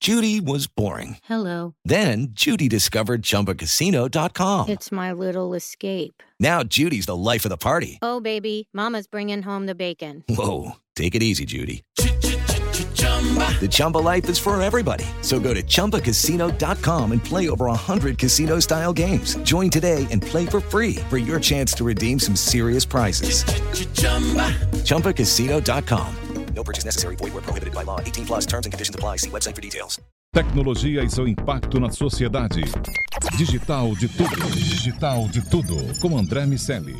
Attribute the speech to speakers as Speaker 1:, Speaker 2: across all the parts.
Speaker 1: Judy was boring.
Speaker 2: Hello.
Speaker 1: Then Judy discovered ChumbaCasino.com.
Speaker 2: It's my little escape.
Speaker 1: Now Judy's the life of the party.
Speaker 2: Oh, baby, mama's bringing home the bacon.
Speaker 1: Whoa, take it easy, Judy. The Chumba life is for everybody. So go to ChumbaCasino.com and play over 100 casino-style games. Join today and play for free for your chance to redeem some serious prizes. ChumbaCasino.com. No purchase necessary. Void where prohibited by law. 18 plus terms and conditions apply. See website for details.
Speaker 3: Tecnologia e seu impacto na sociedade. Digital de tudo. Digital de tudo. Com André Miceli.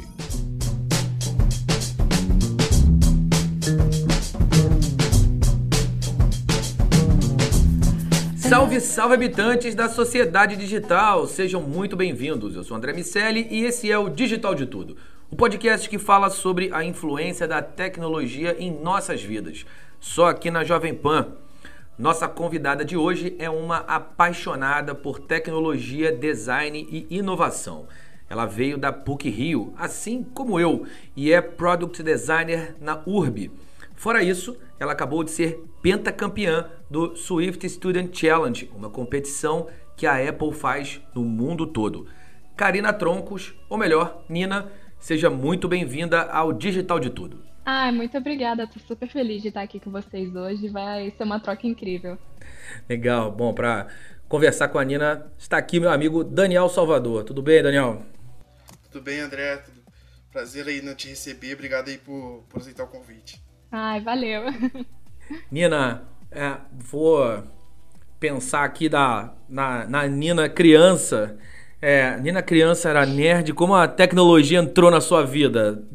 Speaker 4: Salve, salve habitantes da sociedade digital, sejam muito bem-vindos. Eu sou André Miceli e esse é o Digital de Tudo, o podcast que fala sobre a influência da tecnologia em nossas vidas, só aqui na Jovem Pan. Nossa convidada de hoje é uma apaixonada por tecnologia, design e inovação. Ela veio da PUC-Rio, assim como eu, e é Product Designer na URB. Fora isso, ela acabou de ser pentacampeã do Swift Student Challenge, uma competição que a Apple faz no mundo todo. Karina Troncos, ou melhor, Nina, seja muito bem-vinda ao Digital de Tudo.
Speaker 5: Muito obrigada, estou super feliz de estar aqui com vocês hoje, vai ser uma troca incrível.
Speaker 4: Legal, bom, para conversar com a Nina, está aqui meu amigo Daniel Salvador. Tudo bem, Daniel?
Speaker 6: Tudo bem, André, prazer aí te receber, obrigado aí por aceitar o convite.
Speaker 5: Valeu.
Speaker 4: Nina, vou pensar aqui na Nina criança. Nina criança era nerd, como a tecnologia entrou na sua vida?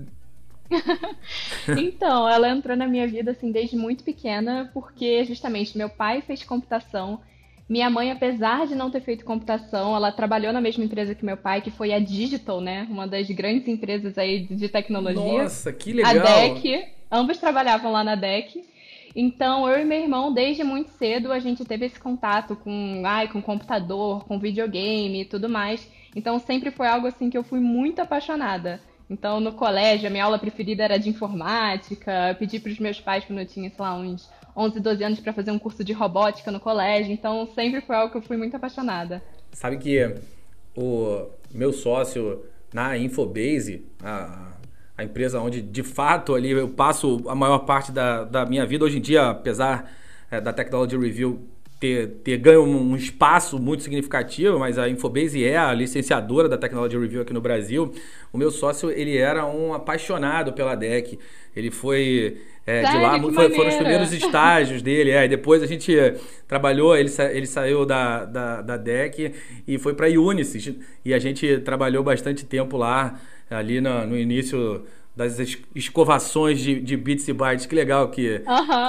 Speaker 5: Então, ela entrou na minha vida assim desde muito pequena, porque justamente meu pai fez computação. Minha mãe, apesar de não ter feito computação, ela trabalhou na mesma empresa que meu pai, que foi a Digital, né? Uma das grandes empresas aí de tecnologia.
Speaker 4: Nossa, que legal!
Speaker 5: A DEC, ambos trabalhavam lá na DEC. Então, eu e meu irmão, desde muito cedo, a gente teve esse contato com computador, com videogame e tudo mais. Então, sempre foi algo assim que eu fui muito apaixonada. Então, no colégio, a minha aula preferida era de informática. Eu pedi para os meus pais, quando eu tinha, sei lá, uns 11, 12 anos, para fazer um curso de robótica no colégio. Então, sempre foi algo que eu fui muito apaixonada.
Speaker 4: Sabe que o meu sócio na Infobase, a empresa onde, de fato, ali eu passo a maior parte da minha vida, hoje em dia, apesar da Technology Review ter ganho um espaço muito significativo, mas a Infobase é a licenciadora da Technology Review aqui no Brasil. O meu sócio, ele era um apaixonado pela DEC. Ele foi de lá, foram os primeiros estágios dele. E depois a gente trabalhou, ele saiu da DEC e foi para a Unisys. E a gente trabalhou bastante tempo lá, ali no início das escovações de bits e bytes. Que legal que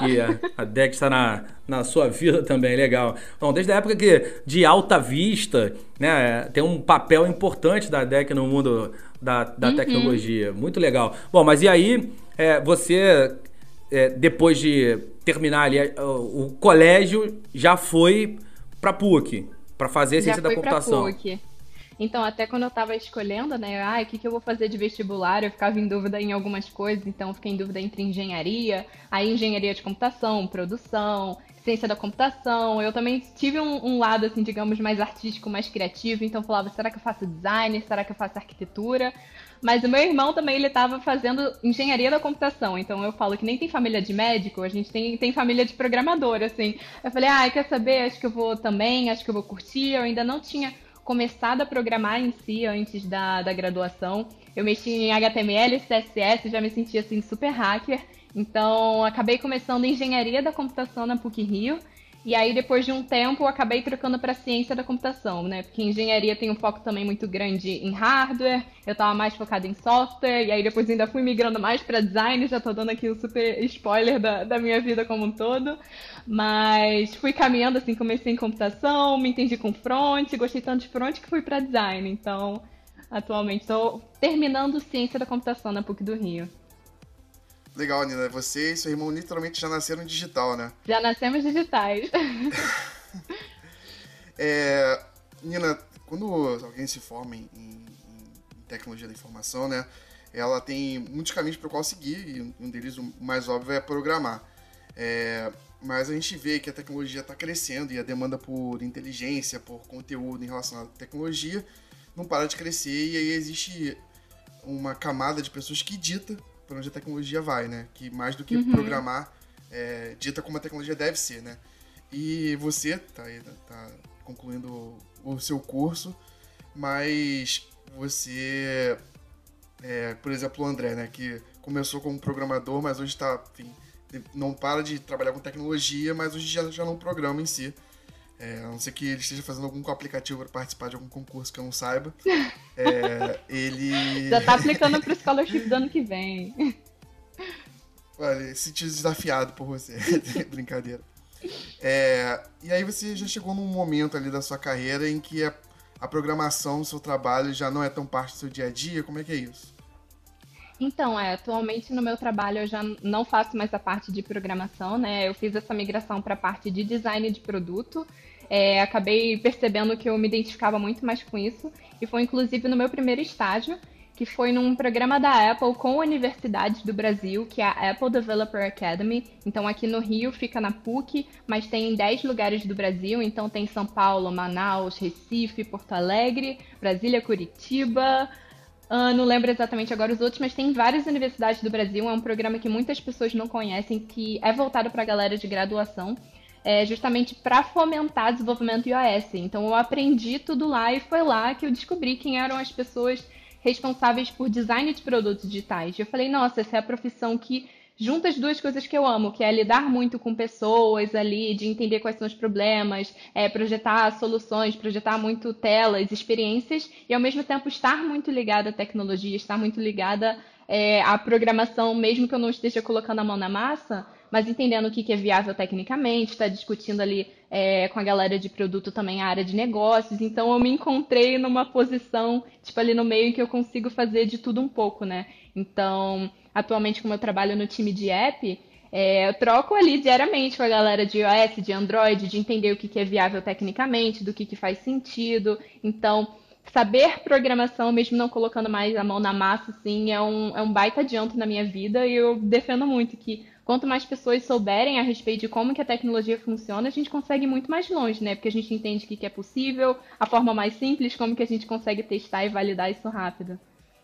Speaker 4: a DEC está na sua vida também, legal. Bom, desde a época de Alta Vista, né, tem um papel importante da DEC no mundo da tecnologia. Muito legal. Bom, mas e aí, você, depois de terminar ali o colégio, já foi para PUC, para fazer ciência da computação?
Speaker 5: Já fui para PUC. Então, até quando eu estava escolhendo, né, o que eu vou fazer de vestibular, eu ficava em dúvida em algumas coisas, então eu fiquei em dúvida entre engenharia, aí engenharia de computação, produção, ciência da computação. Eu também tive um lado, assim, digamos, mais artístico, mais criativo, então eu falava, será que eu faço design, será que eu faço arquitetura? Mas o meu irmão também, ele estava fazendo engenharia da computação, então eu falo que nem tem família de médico, a gente tem família de programador, assim. Eu falei, quer saber, acho que eu vou também, acho que eu vou curtir, eu ainda não tinha começado a programar em si antes da graduação. Eu mexi em HTML, CSS, já me sentia assim super hacker. Então, acabei começando engenharia da computação na PUC-Rio. E aí, depois de um tempo, eu acabei trocando para ciência da computação, né? Porque engenharia tem um foco também muito grande em hardware, eu estava mais focada em software, e aí depois ainda fui migrando mais para design, já tô dando aqui um super spoiler da minha vida como um todo. Mas fui caminhando assim, comecei em computação, me entendi com front, gostei tanto de front que fui para design. Então, atualmente estou terminando ciência da computação na PUC do Rio.
Speaker 6: Legal, Nina. Você e seu irmão literalmente já nasceram digital, né?
Speaker 5: Já nascemos digitais.
Speaker 6: Nina, quando alguém se forma em tecnologia da informação, né? Ela tem muitos caminhos para o qual seguir, e um deles, o mais óbvio, é programar. Mas a gente vê que a tecnologia está crescendo e a demanda por inteligência, por conteúdo em relação à tecnologia não para de crescer, e aí existe uma camada de pessoas que dita para onde a tecnologia vai, né? Que mais do que programar, dita como a tecnologia deve ser, né? E você tá concluindo o seu curso, mas você, por exemplo, o André, né? Que começou como programador, mas hoje não para de trabalhar com tecnologia, mas hoje já não programa em si. A não ser que ele esteja fazendo algum aplicativo para participar de algum concurso que eu não saiba. Ele...
Speaker 5: Já tá aplicando pro scholarship do ano que vem.
Speaker 6: Olha, senti desafiado por você. Brincadeira. E aí você já chegou num momento ali da sua carreira em que a programação do seu trabalho já não é tão parte do seu dia a dia. Como é que é isso?
Speaker 5: Então, atualmente no meu trabalho eu já não faço mais a parte de programação, né? Eu fiz essa migração para a parte de design de produto. Acabei percebendo que eu me identificava muito mais com isso, e foi inclusive no meu primeiro estágio, que foi num programa da Apple com universidades do Brasil, que é a Apple Developer Academy. Então aqui no Rio fica na PUC, mas tem em 10 lugares do Brasil. Então tem São Paulo, Manaus, Recife, Porto Alegre, Brasília, Curitiba... não lembro exatamente agora os outros, mas tem várias universidades do Brasil. É um programa que muitas pessoas não conhecem, que é voltado para a galera de graduação, justamente para fomentar desenvolvimento iOS. Então eu aprendi tudo lá, e foi lá que eu descobri quem eram as pessoas responsáveis por design de produtos digitais. Eu falei, nossa, essa é a profissão que junta as duas coisas que eu amo, que é lidar muito com pessoas ali, de entender quais são os problemas, projetar soluções, projetar muito telas, experiências, e ao mesmo tempo estar muito ligada à tecnologia, estar muito ligada à programação, mesmo que eu não esteja colocando a mão na massa, mas entendendo o que é viável tecnicamente, está discutindo ali com a galera de produto também a área de negócios. Então eu me encontrei numa posição, tipo, ali no meio, em que eu consigo fazer de tudo um pouco, né? Então, atualmente, como eu trabalho no time de app, eu troco ali diariamente com a galera de iOS, de Android, de entender o que é viável tecnicamente, do que faz sentido. Então, saber programação, mesmo não colocando mais a mão na massa, assim, é um baita adianto na minha vida, e eu defendo muito que quanto mais pessoas souberem a respeito de como que a tecnologia funciona, a gente consegue ir muito mais longe, né? Porque a gente entende o que é possível, a forma mais simples, como que a gente consegue testar e validar isso rápido.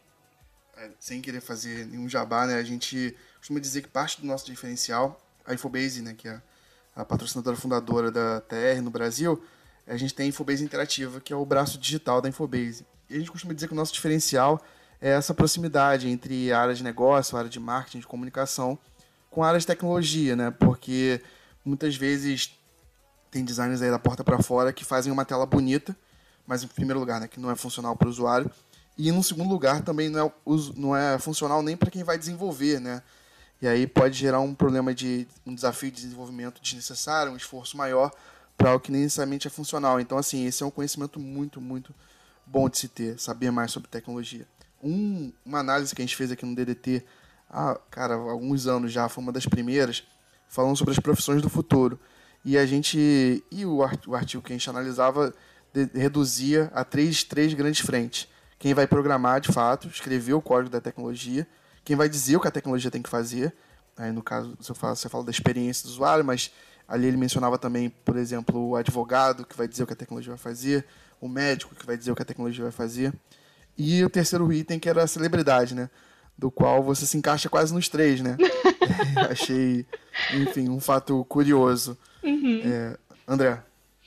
Speaker 6: Sem querer fazer nenhum jabá, né? A gente costuma dizer que parte do nosso diferencial, a Infobase, né, que é a patrocinadora fundadora da TR no Brasil, a gente tem a Infobase Interativa, que é o braço digital da Infobase. E a gente costuma dizer que o nosso diferencial é essa proximidade entre a área de negócio, a área de marketing, de comunicação, com a área de tecnologia, né? Porque muitas vezes tem designers aí da porta para fora que fazem uma tela bonita, mas em primeiro lugar, né, que não é funcional para o usuário, e no segundo lugar também não é funcional nem para quem vai desenvolver, né? E aí pode gerar um desafio de desenvolvimento desnecessário, um esforço maior para algo que nem necessariamente é funcional. Então, assim, esse é um conhecimento muito, muito bom de se ter, saber mais sobre tecnologia. Uma análise que a gente fez aqui no DDT, há alguns anos já, foi uma das primeiras, falando sobre as profissões do futuro. E o artigo que a gente analisava reduzia a três grandes frentes. Quem vai programar, de fato, escrever o código da tecnologia, quem vai dizer o que a tecnologia tem que fazer, aí no caso você fala da experiência do usuário, mas ali ele mencionava também, por exemplo, o advogado, que vai dizer o que a tecnologia vai fazer, o médico, que vai dizer o que a tecnologia vai fazer, e o terceiro item, que era a celebridade, né? Do qual você se encaixa quase nos três, né? Achei, enfim, um fato curioso. André?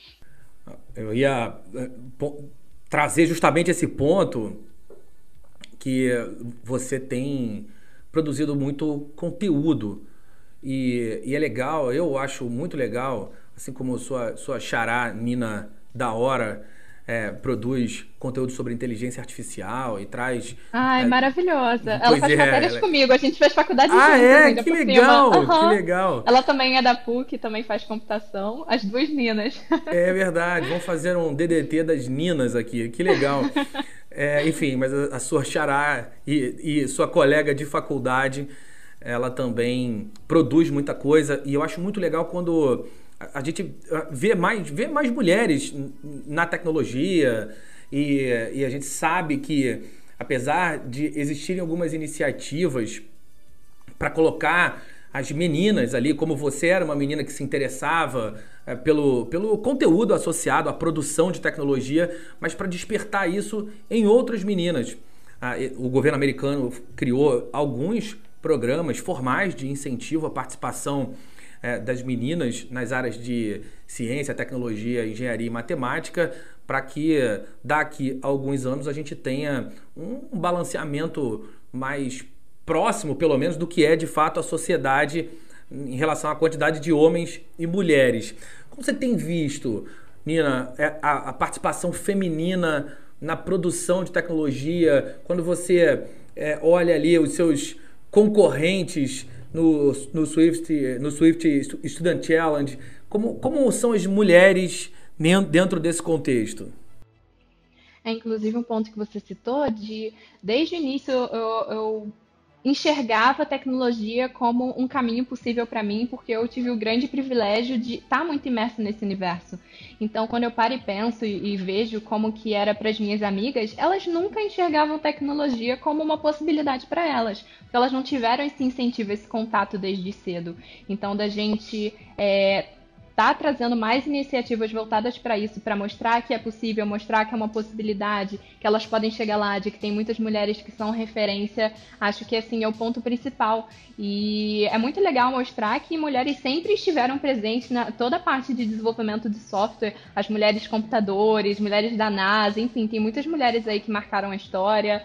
Speaker 4: Eu ia trazer justamente esse ponto, que você tem produzido muito conteúdo, e é legal, eu acho muito legal, assim como sua xará Nina da Hora produz conteúdo sobre inteligência artificial e traz...
Speaker 5: maravilhosa. Ela faz matérias comigo, a gente faz faculdade juntos.
Speaker 4: Que legal, que legal.
Speaker 5: Ela também é da PUC, também faz computação, as duas Ninas.
Speaker 4: É verdade, vamos fazer um DDT das Ninas aqui, que legal. Enfim, mas a sua xará e sua colega de faculdade, ela também produz muita coisa, e eu acho muito legal quando a gente vê mais mulheres na tecnologia, e a gente sabe que, apesar de existirem algumas iniciativas para colocar as meninas ali, como você era uma menina que se interessava pelo conteúdo associado à produção de tecnologia, mas para despertar isso em outras meninas. O governo americano criou alguns programas formais de incentivo à participação das meninas nas áreas de ciência, tecnologia, engenharia e matemática, para que daqui a alguns anos a gente tenha um balanceamento mais próximo, pelo menos, do que é de fato a sociedade em relação à quantidade de homens e mulheres. Como você tem visto, Nina, a participação feminina na produção de tecnologia, quando você olha ali os seus concorrentes no Swift Student Challenge, como são as mulheres dentro desse contexto?
Speaker 5: Inclusive um ponto que você citou, desde o início eu enxergava a tecnologia como um caminho possível para mim, porque eu tive o grande privilégio de estar muito imerso nesse universo. Então, quando eu paro e penso e vejo como que era para as minhas amigas, elas nunca enxergavam tecnologia como uma possibilidade para elas, porque elas não tiveram esse incentivo, esse contato desde cedo. Então, da gente tá trazendo mais iniciativas voltadas para isso, para mostrar que é possível, mostrar que é uma possibilidade, que elas podem chegar lá, de que tem muitas mulheres que são referência, acho que assim é o ponto principal. E é muito legal mostrar que mulheres sempre estiveram presentes na toda a parte de desenvolvimento de software, as mulheres computadores, mulheres da NASA, enfim, tem muitas mulheres aí que marcaram a história.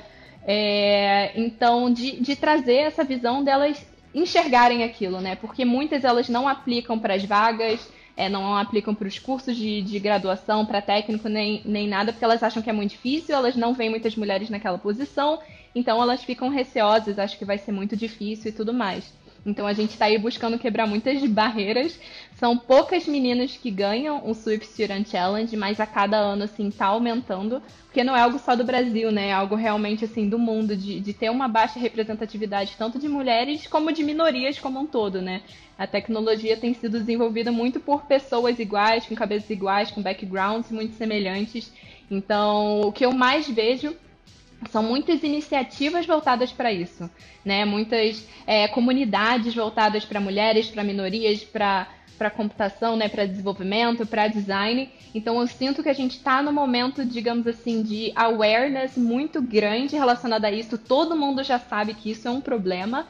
Speaker 5: Então, de trazer essa visão delas enxergarem aquilo, né? Porque muitas elas não aplicam para as vagas, não aplicam para os cursos de graduação, para técnico, nem nada, porque elas acham que é muito difícil, elas não veem muitas mulheres naquela posição, então elas ficam receosas, acham que vai ser muito difícil e tudo mais. Então a gente está aí buscando quebrar muitas barreiras. São poucas meninas que ganham o Swift Student Challenge, mas a cada ano assim está aumentando, porque não é algo só do Brasil, né? É algo realmente assim do mundo, de ter uma baixa representatividade tanto de mulheres como de minorias como um todo, né? A tecnologia tem sido desenvolvida muito por pessoas iguais, com cabeças iguais, com backgrounds muito semelhantes. Então, o que eu mais vejo são muitas iniciativas voltadas para isso, né? Muitas comunidades voltadas para mulheres, para minorias, para computação, né? Para desenvolvimento, para design. Então eu sinto que a gente está no momento, digamos assim, de awareness muito grande relacionado a isso. Todo mundo já sabe que isso é um problema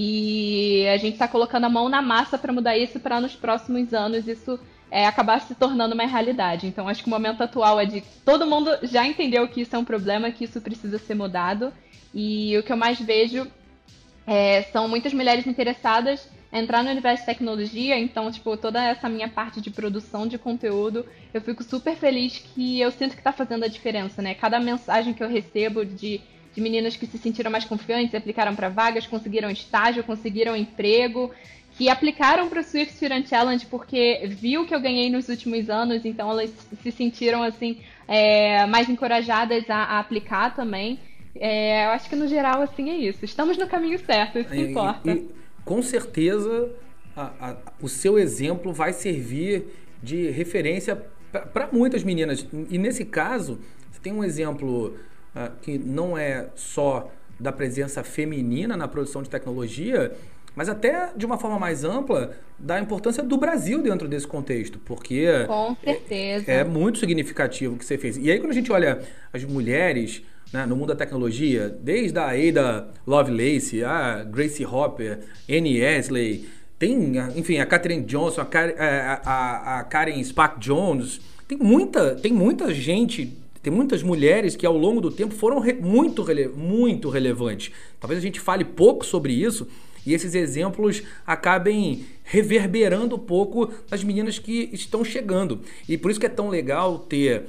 Speaker 5: e a gente está colocando a mão na massa para mudar isso, para nos próximos anos isso acabar se tornando uma realidade. Então acho que o momento atual é de todo mundo já entendeu que isso é um problema, que isso precisa ser mudado, e o que eu mais vejo são muitas mulheres interessadas em entrar no universo de tecnologia. Então, tipo, toda essa minha parte de produção de conteúdo, eu fico super feliz, que eu sinto que está fazendo a diferença, né? Cada mensagem que eu recebo de meninas que se sentiram mais confiantes, aplicaram para vagas, conseguiram estágio, conseguiram emprego, que aplicaram para o Swift Student Challenge porque viu que eu ganhei nos últimos anos, então elas se sentiram assim mais encorajadas a aplicar também. Eu acho que no geral assim é isso. Estamos no caminho certo, isso que importa.
Speaker 4: E com certeza o seu exemplo vai servir de referência para muitas meninas. E nesse caso, você tem um exemplo que não é só da presença feminina na produção de tecnologia, mas até de uma forma mais ampla da importância do Brasil dentro desse contexto, porque
Speaker 5: com certeza
Speaker 4: é muito significativo o que você fez. E aí quando a gente olha as mulheres, né, no mundo da tecnologia, desde a Ada Lovelace, a Gracie Hopper, Annie Esley, tem, enfim, a Katherine Johnson, a Karen Spack Jones, tem muita gente, tem muitas mulheres que ao longo do tempo foram muito relevantes. Talvez a gente fale pouco sobre isso, e esses exemplos acabem reverberando um pouco nas meninas que estão chegando. E por isso que é tão legal ter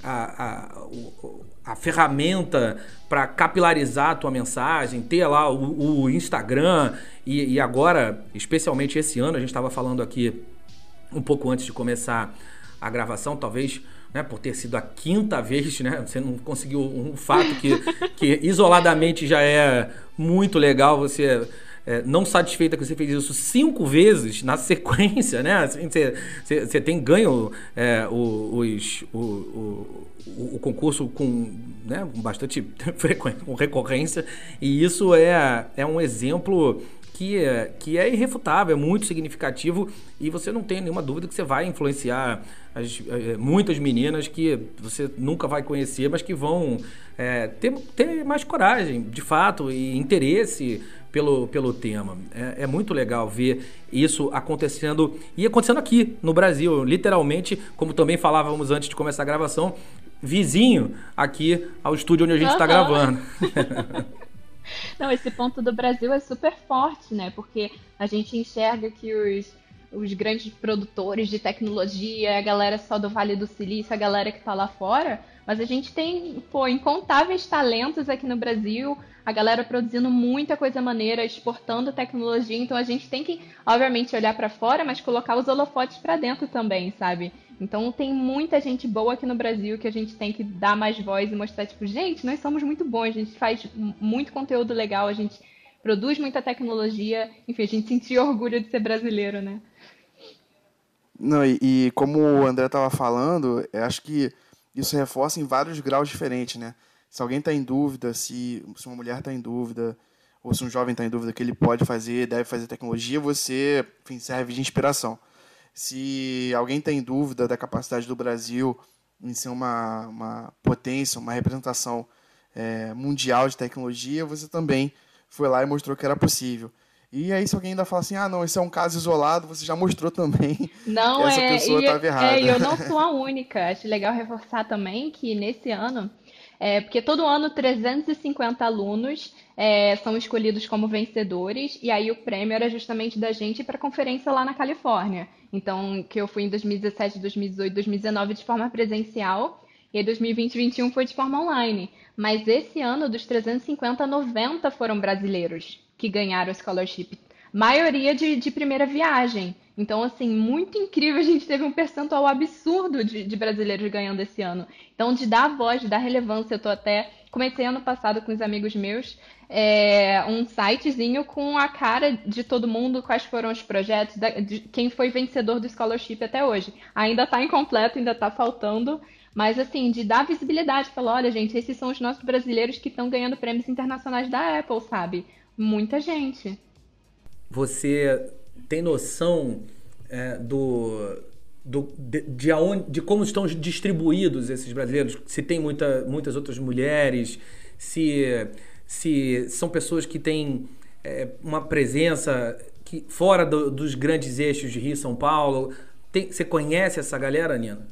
Speaker 4: a ferramenta para capilarizar a tua mensagem, ter lá o Instagram, e agora, especialmente esse ano, a gente estava falando aqui um pouco antes de começar a gravação, talvez, né, por ter sido a 5ª vez, né, você não conseguiu um fato que isoladamente já é muito legal, você não satisfeita que você fez isso 5 vezes na sequência, né? Assim, você tem ganho o concurso com, né, bastante frequência, com recorrência, e isso é um exemplo que é irrefutável, é muito significativo e você não tem nenhuma dúvida que você vai influenciar muitas meninas que você nunca vai conhecer, mas que vão ter mais coragem, de fato, e interesse pelo tema. É muito legal ver isso acontecendo, e acontecendo aqui no Brasil, literalmente, como também falávamos antes de começar a gravação, vizinho aqui ao estúdio onde a gente está gravando.
Speaker 5: Não, esse ponto do Brasil é super forte, né? Porque a gente enxerga que os grandes produtores de tecnologia, a galera só do Vale do Silício, a galera que tá lá fora, mas a gente tem, incontáveis talentos aqui no Brasil, a galera produzindo muita coisa maneira, exportando tecnologia, então a gente tem que, obviamente, olhar para fora, mas colocar os holofotes para dentro também, sabe? Então tem muita gente boa aqui no Brasil que a gente tem que dar mais voz e mostrar, tipo, gente, nós somos muito bons, a gente faz muito conteúdo legal, a gente produz muita tecnologia, enfim, a gente sentir orgulho de ser brasileiro, né?
Speaker 6: Não, e como o André estava falando, eu acho que isso reforça em vários graus diferentes, né? Se alguém está em dúvida, se uma mulher está em dúvida, ou se um jovem está em dúvida que ele pode fazer, deve fazer tecnologia, você, enfim, serve de inspiração. Se alguém tem dúvida da capacidade do Brasil em ser uma potência, uma representação mundial de tecnologia, você também foi lá e mostrou que era possível. E aí, se alguém ainda fala assim, não, esse é um caso isolado, você já mostrou também
Speaker 5: não,
Speaker 6: que essa pessoa estava errada.
Speaker 5: Eu não sou a única. Acho legal reforçar também que nesse ano, porque todo ano 350 alunos são escolhidos como vencedores, e aí o prêmio era justamente da gente para a conferência lá na Califórnia. Então, que eu fui em 2017, 2018, 2019 de forma presencial, e aí 2020 e 2021 foi de forma online. Mas esse ano, dos 350, 90 foram brasileiros que ganharam o scholarship. Maioria de primeira viagem. Então, assim, muito incrível. A gente teve um percentual absurdo de brasileiros ganhando esse ano. Então, de dar voz, de dar relevância, comecei ano passado com os amigos meus, um sitezinho com a cara de todo mundo, quais foram os projetos, de quem foi vencedor do scholarship até hoje. Ainda está incompleto, ainda está faltando, mas assim, de dar visibilidade, falar, olha gente, esses são os nossos brasileiros que estão ganhando prêmios internacionais da Apple, sabe? Muita gente.
Speaker 4: Você tem noção de como estão distribuídos esses brasileiros? Se tem muitas outras mulheres, se são pessoas que têm uma presença fora dos grandes eixos de Rio e São Paulo. Você conhece essa galera, Nina?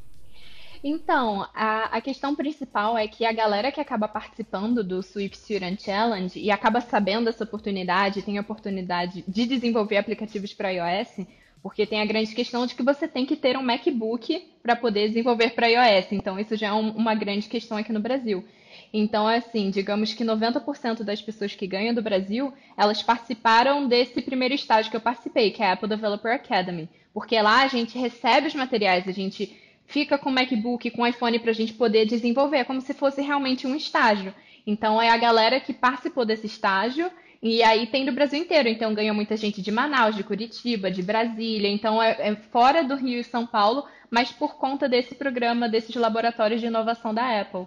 Speaker 5: Então, a questão principal é que a galera que acaba participando do Sweep Student Challenge e acaba sabendo dessa oportunidade, tem a oportunidade de desenvolver aplicativos para iOS, porque tem a grande questão de que você tem que ter um MacBook para poder desenvolver para iOS. Então, isso já é uma grande questão aqui no Brasil. Então, assim, digamos que 90% das pessoas que ganham do Brasil, elas participaram desse primeiro estágio que eu participei, que é a Apple Developer Academy. Porque lá a gente recebe os materiais, a gente fica com o MacBook, com o iPhone para a gente poder desenvolver, como se fosse realmente um estágio. Então, é a galera que participou desse estágio, e aí tem do Brasil inteiro. Então, ganha muita gente de Manaus, de Curitiba, de Brasília. Então, é fora do Rio e São Paulo, mas por conta desse programa, desses laboratórios de inovação da Apple.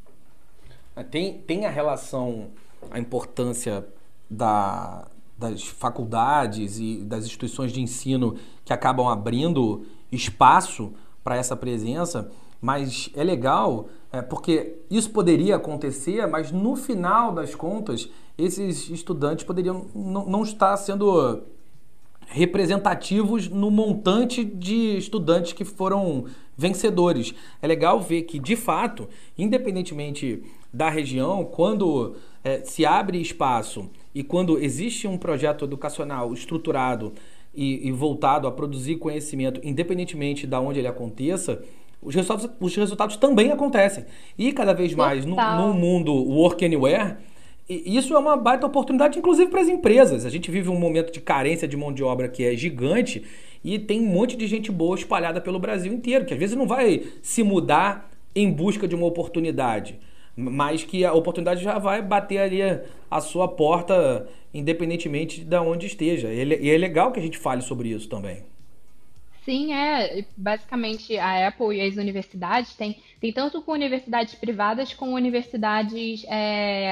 Speaker 4: Tem a relação, a importância das faculdades e das instituições de ensino que acabam abrindo espaço para essa presença, mas é legal porque isso poderia acontecer, mas no final das contas, esses estudantes poderiam não estar sendo representativos no montante de estudantes que foram vencedores. É legal ver que, de fato, independentemente da região, quando se abre espaço e quando existe um projeto educacional estruturado e voltado a produzir conhecimento, independentemente de onde ele aconteça, os resultados também acontecem. E cada vez mais, no mundo work anywhere, isso é uma baita oportunidade, inclusive para as empresas. A gente vive um momento de carência de mão de obra que é gigante e tem um monte de gente boa espalhada pelo Brasil inteiro, que às vezes não vai se mudar em busca de uma oportunidade, mas que a oportunidade já vai bater ali a sua porta, independentemente de onde esteja. E é legal que a gente fale sobre isso também.
Speaker 5: Sim, basicamente a Apple e as universidades tem tanto com universidades privadas como universidades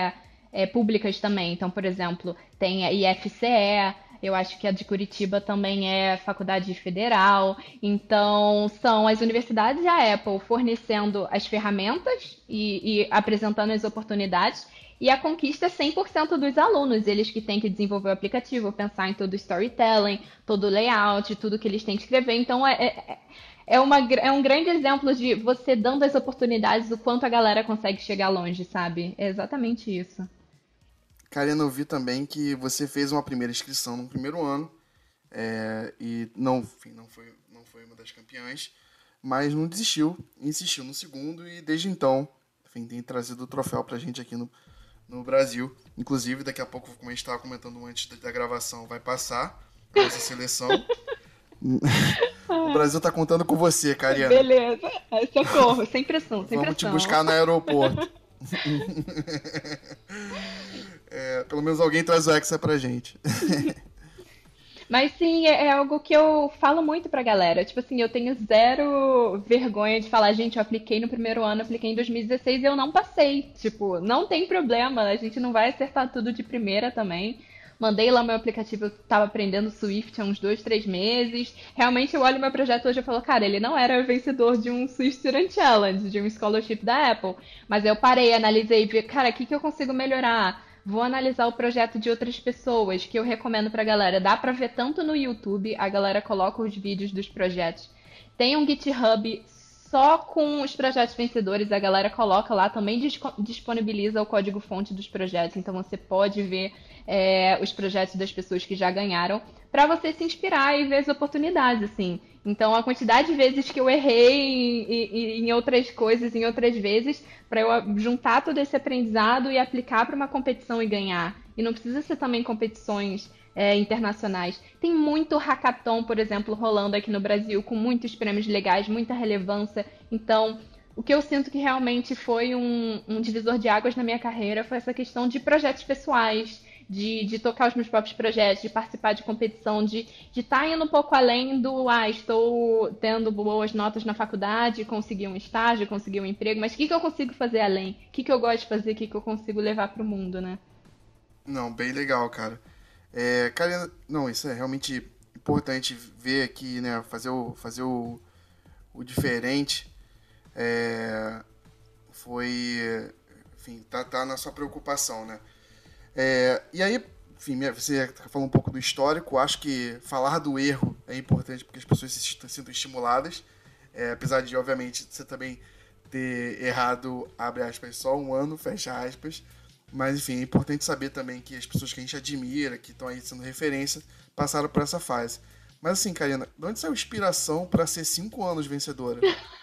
Speaker 5: públicas também. Então, por exemplo, tem a IFCE, eu acho que a de Curitiba também é faculdade federal. Então, são as universidades e a Apple fornecendo as ferramentas e apresentando as oportunidades. E a conquista é 100% dos alunos, eles que têm que desenvolver o aplicativo, pensar em todo o storytelling, todo o layout, tudo que eles têm que escrever. Então, é um grande exemplo de você dando as oportunidades, o quanto a galera consegue chegar longe, sabe? É exatamente isso.
Speaker 6: Karina, eu vi também que você fez uma primeira inscrição no primeiro ano e não foi uma das campeãs, mas não desistiu, insistiu no segundo e desde então, enfim, tem trazido o troféu pra gente aqui no Brasil. Inclusive, daqui a pouco, como a gente estava comentando antes da gravação, vai passar a nossa seleção. O Brasil tá contando com você, Karina.
Speaker 5: Beleza, socorro, sem pressão, sem
Speaker 6: Vamos
Speaker 5: pressão.
Speaker 6: te buscar no aeroporto. Pelo menos alguém traz o Hexa pra gente.
Speaker 5: Mas sim, é algo que eu falo muito pra galera. Tipo assim, eu tenho zero vergonha de falar, gente, eu apliquei no primeiro ano, apliquei em 2016 e eu não passei. Tipo, não tem problema, a gente não vai acertar tudo de primeira também. Mandei lá meu aplicativo, eu tava aprendendo Swift há uns 2, 3 meses. Realmente eu olho meu projeto hoje e falo, cara, ele não era vencedor de um Swift Student Challenge, de um scholarship da Apple. Mas eu parei, analisei e vi, cara, o que eu consigo melhorar? Vou analisar o projeto de outras pessoas, que eu recomendo pra galera. Dá pra ver tanto no YouTube, a galera coloca os vídeos dos projetos. Tem um GitHub só com os projetos vencedores, a galera coloca lá, também disponibiliza o código-fonte dos projetos, então você pode ver os projetos das pessoas que já ganharam, para você se inspirar e ver as oportunidades, assim. Então, a quantidade de vezes que eu errei em outras coisas, em outras vezes, para eu juntar todo esse aprendizado e aplicar para uma competição e ganhar. E não precisa ser também competições internacionais. Tem muito hackathon, por exemplo, rolando aqui no Brasil, com muitos prêmios legais, muita relevância. Então, o que eu sinto que realmente foi um divisor de águas na minha carreira foi essa questão de projetos pessoais, de tocar os meus próprios projetos, de participar de competição, de estar indo um pouco além do estou tendo boas notas na faculdade, consegui um estágio, consegui um emprego, mas o que eu consigo fazer além? O que eu gosto de fazer? O que eu consigo levar para o mundo, né?
Speaker 6: Não, bem legal, cara. Karina, não, isso é realmente importante ver aqui, né? Fazer o diferente. Enfim, tá na sua preocupação, né? E aí, enfim, você falou um pouco do histórico. Acho que falar do erro é importante porque as pessoas se sintam estimuladas. Apesar de, obviamente, você também ter errado, abre aspas, só um ano, fecha aspas. Mas, enfim, é importante saber também que as pessoas que a gente admira, que estão aí sendo referência, passaram por essa fase. Mas, assim, Karina, de onde saiu a inspiração para ser 5 anos vencedora?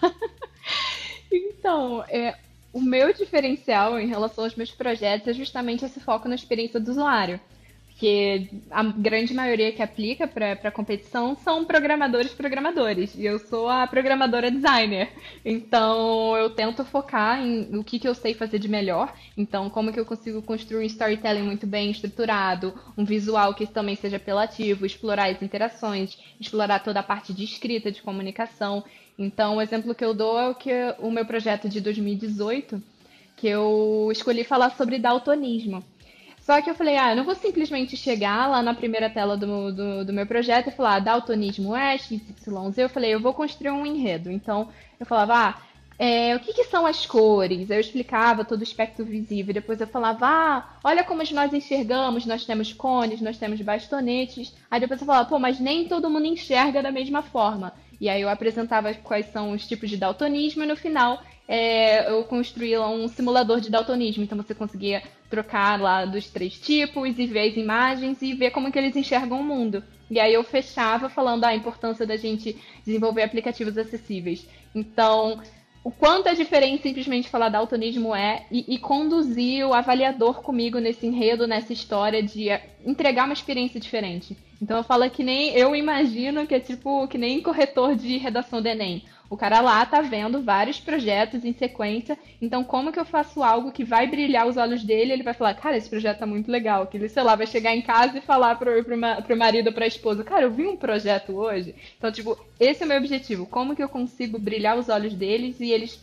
Speaker 5: Então, o meu diferencial em relação aos meus projetos é justamente esse foco na experiência do usuário. Porque a grande maioria que aplica para competição são programadores. E eu sou a programadora designer. Então, eu tento focar em o que eu sei fazer de melhor. Então, como que eu consigo construir um storytelling muito bem estruturado, um visual que também seja apelativo, explorar as interações, explorar toda a parte de escrita, de comunicação. Então, o exemplo que eu dou é o meu projeto de 2018, que eu escolhi falar sobre daltonismo. Só que eu falei, eu não vou simplesmente chegar lá na primeira tela do meu projeto e falar, daltonismo é X, Y, Z. Eu falei, eu vou construir um enredo. Então, eu falava, o que são as cores? Eu explicava todo o espectro visível. Depois eu falava, olha como nós enxergamos, nós temos cones, nós temos bastonetes. Aí depois eu falava, mas nem todo mundo enxerga da mesma forma. E aí eu apresentava quais são os tipos de daltonismo e no final eu construí lá um simulador de daltonismo. Então você conseguia trocar lá dos 3 tipos e ver as imagens e ver como que eles enxergam o mundo. E aí eu fechava falando a importância da gente desenvolver aplicativos acessíveis. Então, o quanto é diferente simplesmente falar daltonismo e conduzir o avaliador comigo nesse enredo, nessa história de entregar uma experiência diferente. Então eu falo que nem eu imagino que é tipo que nem corretor de redação do Enem. O cara lá tá vendo vários projetos em sequência, então como que eu faço algo que vai brilhar os olhos dele? Ele vai falar, cara, esse projeto tá muito legal. Que ele, sei lá, vai chegar em casa e falar pro marido ou pra esposa, cara, eu vi um projeto hoje. Então, tipo, esse é o meu objetivo. Como que eu consigo brilhar os olhos deles e eles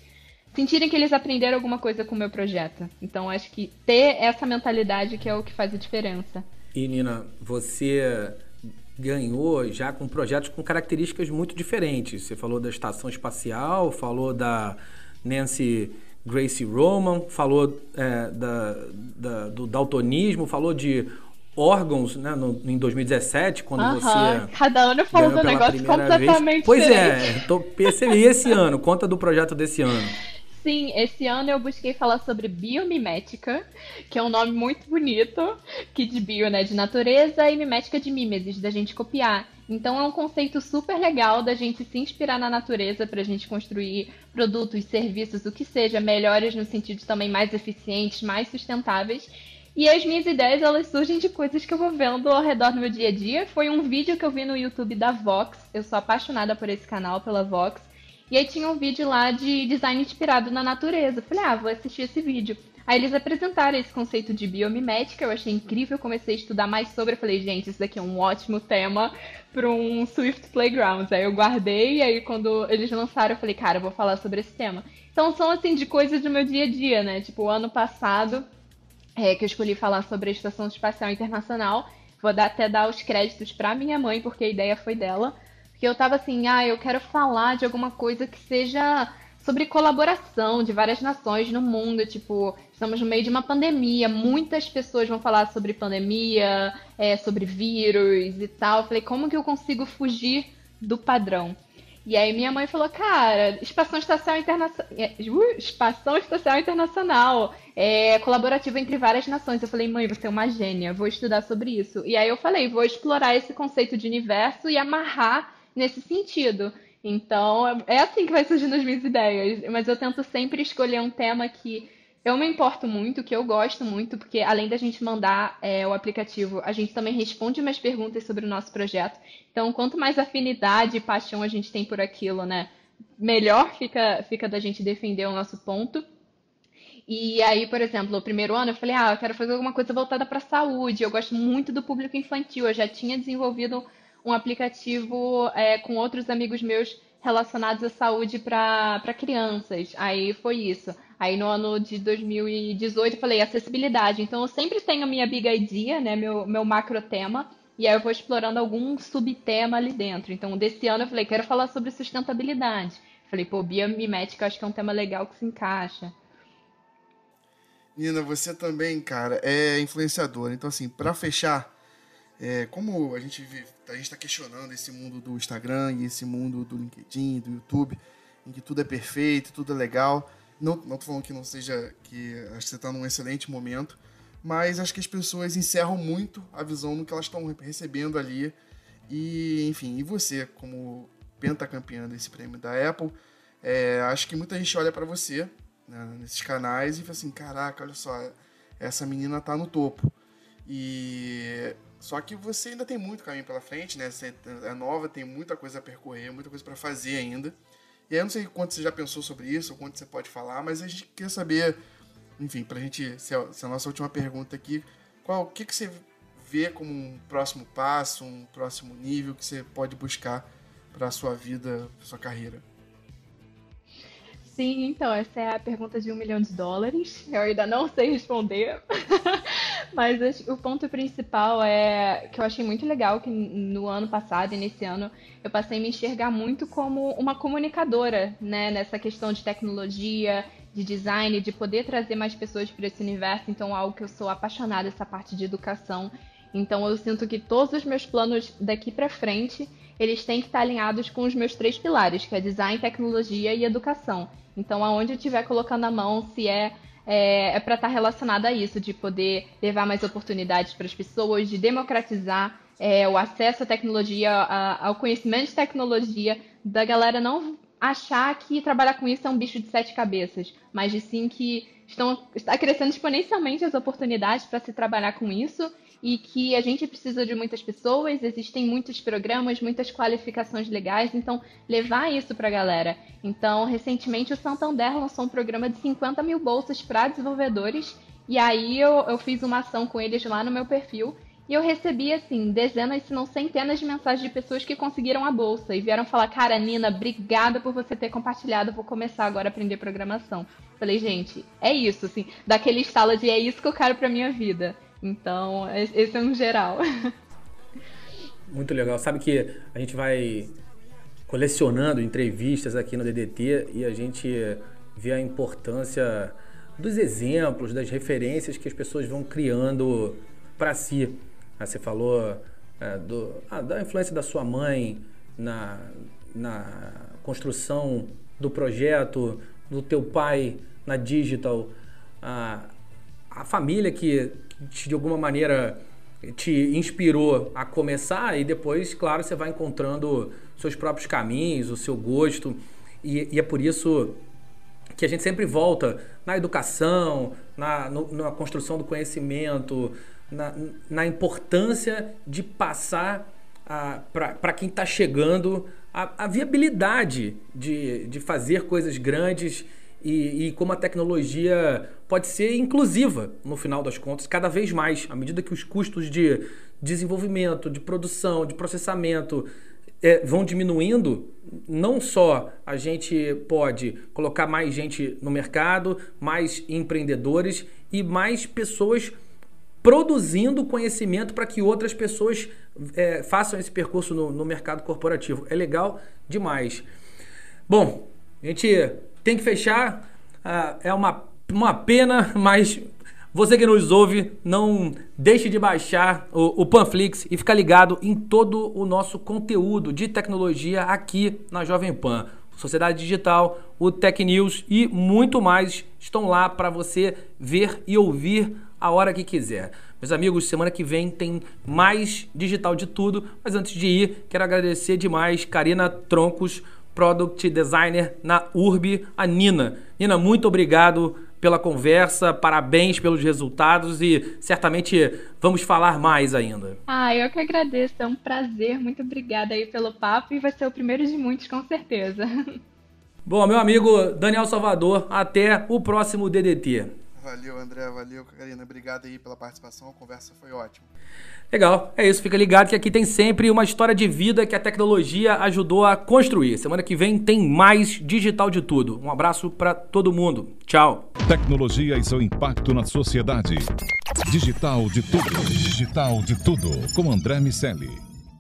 Speaker 5: sentirem que eles aprenderam alguma coisa com o meu projeto. Então, acho que ter essa mentalidade que é o que faz a diferença.
Speaker 4: E, Nina, você ganhou já com projetos com características muito diferentes. Você falou da Estação Espacial, falou da Nancy Grace Roman, falou do daltonismo, falou de órgãos, né, em 2017, quando você
Speaker 5: cada ano falando um negócio completamente diferente.
Speaker 4: Percebi esse ano. Conta do projeto desse ano.
Speaker 5: Sim, esse ano eu busquei falar sobre biomimética, que é um nome muito bonito, que de bio, né, de natureza, e mimética de mimesis, da gente copiar. Então é um conceito super legal da gente se inspirar na natureza para a gente construir produtos, serviços, o que seja, melhores no sentido também mais eficientes, mais sustentáveis. E as minhas ideias, elas surgem de coisas que eu vou vendo ao redor do meu dia a dia. Foi um vídeo que eu vi no YouTube da Vox, eu sou apaixonada por esse canal, pela Vox. E aí tinha um vídeo lá de design inspirado na natureza. Eu falei, vou assistir esse vídeo. Aí eles apresentaram esse conceito de biomimética, eu achei incrível, comecei a estudar mais sobre. Eu falei, gente, isso daqui é um ótimo tema para um Swift Playground. Aí eu guardei, e aí quando eles lançaram, eu falei, cara, eu vou falar sobre esse tema. Então são, assim, de coisas do meu dia a dia, né? Tipo, o ano passado, que eu escolhi falar sobre a Estação Espacial Internacional. Vou até dar os créditos para minha mãe, porque a ideia foi dela. Porque eu tava assim, eu quero falar de alguma coisa que seja sobre colaboração de várias nações no mundo. Tipo, estamos no meio de uma pandemia, muitas pessoas vão falar sobre pandemia, sobre vírus e tal. Eu falei, como que eu consigo fugir do padrão? E aí minha mãe falou, cara, Espação Espacial Internacional, colaborativa entre várias nações. Eu falei, mãe, você é uma gênia, vou estudar sobre isso. E aí eu falei, vou explorar esse conceito de universo e amarrar nesse sentido. Então, é assim que vai surgindo as minhas ideias. Mas eu tento sempre escolher um tema que eu me importo muito, que eu gosto muito, porque além da gente mandar o aplicativo, a gente também responde umas perguntas sobre o nosso projeto. Então, quanto mais afinidade e paixão a gente tem por aquilo, né, melhor fica da gente defender o nosso ponto. E aí, por exemplo, o primeiro ano eu falei, eu quero fazer alguma coisa voltada para a saúde. Eu gosto muito do público infantil. Eu já tinha desenvolvido um aplicativo com outros amigos meus relacionados à saúde para crianças. Aí foi isso. Aí no ano de 2018 eu falei acessibilidade. Então eu sempre tenho a minha big idea, né, meu macro tema, e aí eu vou explorando algum subtema ali dentro. Então desse ano eu falei, quero falar sobre sustentabilidade. Falei, biomimética, acho que é um tema legal que se encaixa.
Speaker 6: Nina, você também, cara, é influenciadora. Então assim, para fechar, como a gente está questionando esse mundo do Instagram e esse mundo do LinkedIn, do YouTube, em que tudo é perfeito, tudo é legal. Não tô falando que não seja, que acho que você está num excelente momento, mas acho que as pessoas encerram muito a visão no que elas estão recebendo ali. E, enfim, e você, como pentacampeã desse prêmio da Apple, acho que muita gente olha para você, né, nesses canais e fala assim, caraca, olha só, essa menina tá no topo. Só que você ainda tem muito caminho pela frente, né? Você é nova, tem muita coisa a percorrer, muita coisa para fazer ainda. E aí eu não sei quanto você já pensou sobre isso, ou quanto você pode falar, mas a gente quer saber, enfim, pra gente ser a nossa última pergunta aqui, o que você vê como um próximo passo, um próximo nível que você pode buscar para a sua vida, sua carreira?
Speaker 5: Sim, então, essa é a pergunta de $1 milhão. Eu ainda não sei responder, mas o ponto principal é que eu achei muito legal que no ano passado e nesse ano eu passei a me enxergar muito como uma comunicadora, né, nessa questão de tecnologia, de design, de poder trazer mais pessoas para esse universo. Então, algo que eu sou apaixonada, essa parte de educação. Então, eu sinto que todos os meus planos daqui para frente, eles têm que estar alinhados com os meus 3 pilares, que é design, tecnologia e educação. Então, aonde eu estiver colocando a mão, se é para estar relacionado a isso, de poder levar mais oportunidades para as pessoas, de democratizar o acesso à tecnologia, ao conhecimento de tecnologia, da galera não achar que trabalhar com isso é um bicho de 7 cabeças, mas de sim que está crescendo exponencialmente as oportunidades para se trabalhar com isso e que a gente precisa de muitas pessoas, existem muitos programas, muitas qualificações legais, então levar isso para a galera. Então, recentemente o Santander lançou um programa de 50 mil bolsas para desenvolvedores e aí eu fiz uma ação com eles lá no meu perfil E eu recebi, assim, dezenas, se não centenas de mensagens de pessoas que conseguiram a bolsa e vieram falar, cara, Nina, obrigada por você ter compartilhado, vou começar agora a aprender programação. Falei, gente, é isso, assim, daquele estalo de é isso que eu quero pra minha vida. Então, esse é um geral.
Speaker 4: Muito legal. Sabe que a gente vai colecionando entrevistas aqui no DDT e a gente vê a importância dos exemplos, das referências que as pessoas vão criando para si. Você falou da influência da sua mãe na construção do projeto, do teu pai na digital, a família que de alguma maneira te inspirou a começar e depois, claro, você vai encontrando seus próprios caminhos, o seu gosto e é por isso que a gente sempre volta na educação, na construção do conhecimento, na importância de passar para quem está chegando a viabilidade de fazer coisas grandes e como a tecnologia pode ser inclusiva, no final das contas, cada vez mais, à medida que os custos de desenvolvimento, de produção, de processamento vão diminuindo, não só a gente pode colocar mais gente no mercado, mais empreendedores e mais pessoas produzindo conhecimento para que outras pessoas façam esse percurso no mercado corporativo. É legal demais. Bom, a gente tem que fechar. É uma pena, mas você que nos ouve, não deixe de baixar o Panflix e ficar ligado em todo o nosso conteúdo de tecnologia aqui na Jovem Pan. Sociedade Digital, o Tech News e muito mais estão lá para você ver e ouvir a hora que quiser. Meus amigos, semana que vem tem mais Digital de Tudo, mas antes de ir, quero agradecer demais Karina Troncos, Product Designer na Urb, a Nina. Nina, muito obrigado pela conversa, parabéns pelos resultados e certamente vamos falar mais ainda.
Speaker 5: Eu que agradeço, é um prazer, muito obrigada aí pelo papo e vai ser o primeiro de muitos, com certeza.
Speaker 4: Bom, meu amigo Daniel Salvador, até o próximo DDT.
Speaker 6: Valeu, André, valeu, Karina, obrigado aí pela participação, a conversa foi ótima.
Speaker 4: Legal, é isso, fica ligado que aqui tem sempre uma história de vida que a tecnologia ajudou a construir. Semana que vem tem mais Digital de Tudo. Um abraço para todo mundo. Tchau.
Speaker 3: Tecnologia e seu impacto na sociedade. Digital de Tudo. Digital de Tudo. Com André Miceli.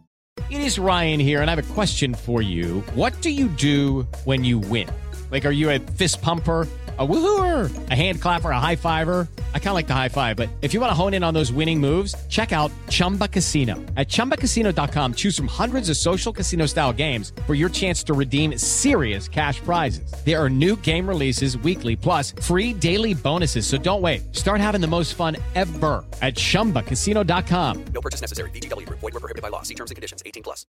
Speaker 7: It is Ryan here, and I have a question for you. What do you do when you win? Like, are you a fist pumper? A woohooer, a hand clapper, a high fiver. I kind of like the high five, but if you want to hone in on those winning moves, check out Chumba Casino. At ChumbaCasino.com, choose from hundreds of social casino style games for your chance to redeem serious cash prizes. There are new game releases weekly, plus free daily bonuses. So don't wait. Start having the most fun ever at ChumbaCasino.com.
Speaker 8: No purchase necessary. VGW Group. Void where prohibited by law. See terms and conditions. 18+.